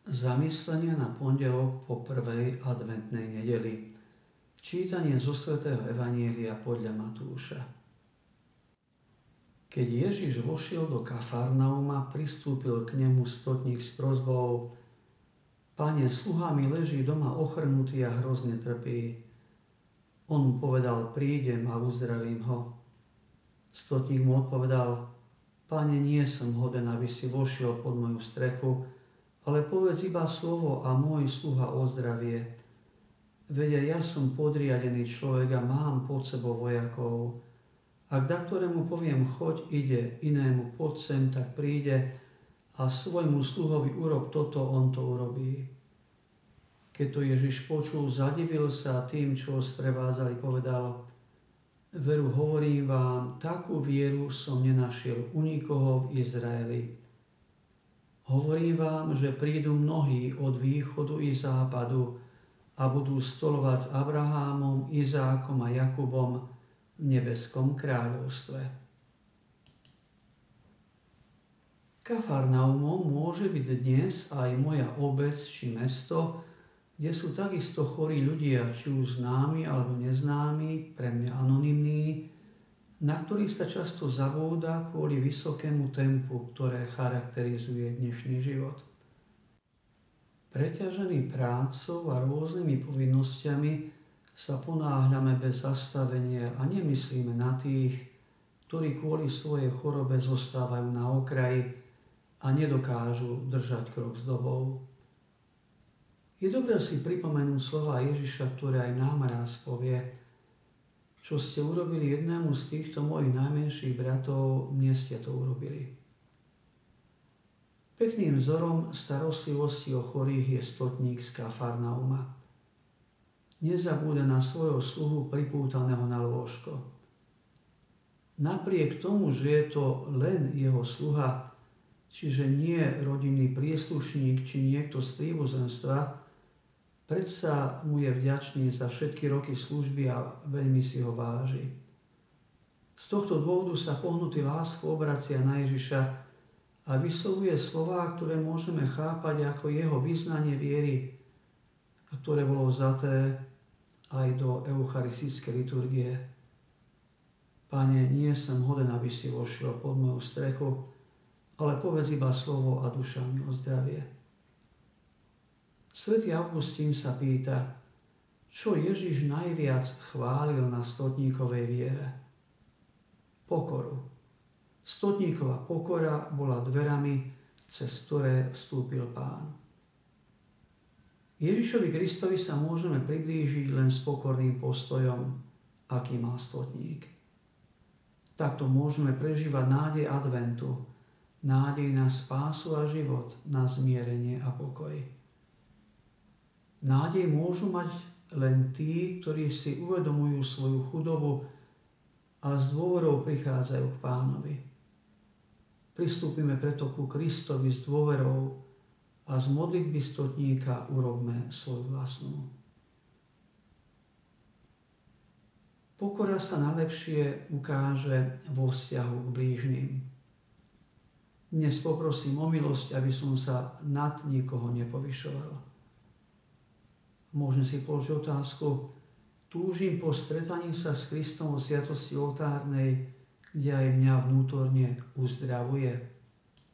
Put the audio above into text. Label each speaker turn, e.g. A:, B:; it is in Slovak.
A: Zamyslenia na pondelok po prvej adventnej nedeli. Čítanie zo svätého Evanjelia podľa Matúša. Keď Ježiš vošiel do Kafarnauma, pristúpil k nemu stotník s prosbou: Pane, sluha mi leží doma ochrnutý a hrozne trpí. On mu povedal: Prídem a uzdravím ho. Stotník mu odpovedal: Pane, nie som hoden, aby si vošiel pod moju strechu, ale povedz iba slovo a môj sluha ozdravie. Veď ja som podriadený človek a mám pod sebou vojakov. Ak ktorému poviem choď, ide, inému poď sem, tak príde, a svojmu sluhovi urob toto, on to urobí. Keď to Ježiš počul, zadivil sa tým, čo ho sprevádzali, povedal: Veru, hovorím vám, takú vieru som nenašiel u nikoho v Izraeli. Hovorím vám, že prídu mnohí od východu i západu a budú stolovať s Abrahámom, Izákom a Jakubom v nebeskom kráľovstve. Kafarnaumom môže byť dnes aj moja obec či mesto, kde sú takisto chorí ľudia, či už známi alebo neznámi, pre mňa anonymní, na ktorých sa často zabúda kvôli vysokému tempu, ktoré charakterizuje dnešný život. Preťažený prácou a rôznymi povinnosťami sa ponáhľame bez zastavenia a nemyslíme na tých, ktorí kvôli svojej chorobe zostávajú na okraji a nedokážu držať krok s dobou. Je dobré si pripomenúť slova Ježiša, ktoré aj nám raz povie: Čo ste urobili jednému z týchto mojich najmenších bratov, mne ste to urobili. Pekným vzorom starostlivosti o chorých je stotník z Kafarnauma. Nezabúda na svojho sluhu pripútaného na lôžko. Napriek tomu, že je to len jeho sluha, čiže nie rodinný príslušník či niekto z príbuzenstva, predsa mu je vďačný za všetky roky služby a veľmi si ho váži. Z tohto dôvodu sa pohnutý láskou obracia na Ježiša a vyslovuje slová, ktoré môžeme chápať ako jeho vyznanie viery, a ktoré bolo vzaté aj do eucharistickej liturgie. Pane, nie som hoden, aby si vošiel pod moju strechu, ale povedz iba slovo a duša mi ozdravie. Svätý Augustín sa pýta, čo Ježiš najviac chválil na stotníkovej viere. Pokoru. Stotníkova pokora bola dverami, cez ktoré vstúpil Pán. Ježišovi Kristovi sa môžeme priblížiť len s pokorným postojom, aký má stotník. Takto môžeme prežívať nádej adventu, nádej na spásu a život, na zmierenie a pokoj. Nádej môžu mať len tí, ktorí si uvedomujú svoju chudobu a s dôverou prichádzajú k Pánovi. Pristúpime preto ku Kristovi s dôverou a z modlitby stotníka urobme svoju vlastnú. Pokora sa najlepšie ukáže vo vzťahu k blížnym. Dnes poprosím o milosť, aby som sa nad nikoho nepovyšoval. Môžem si položiť otázku: túžim po stretaní sa s Kristom vo sviatosti oltárnej, kde aj mňa vnútorne uzdravuje?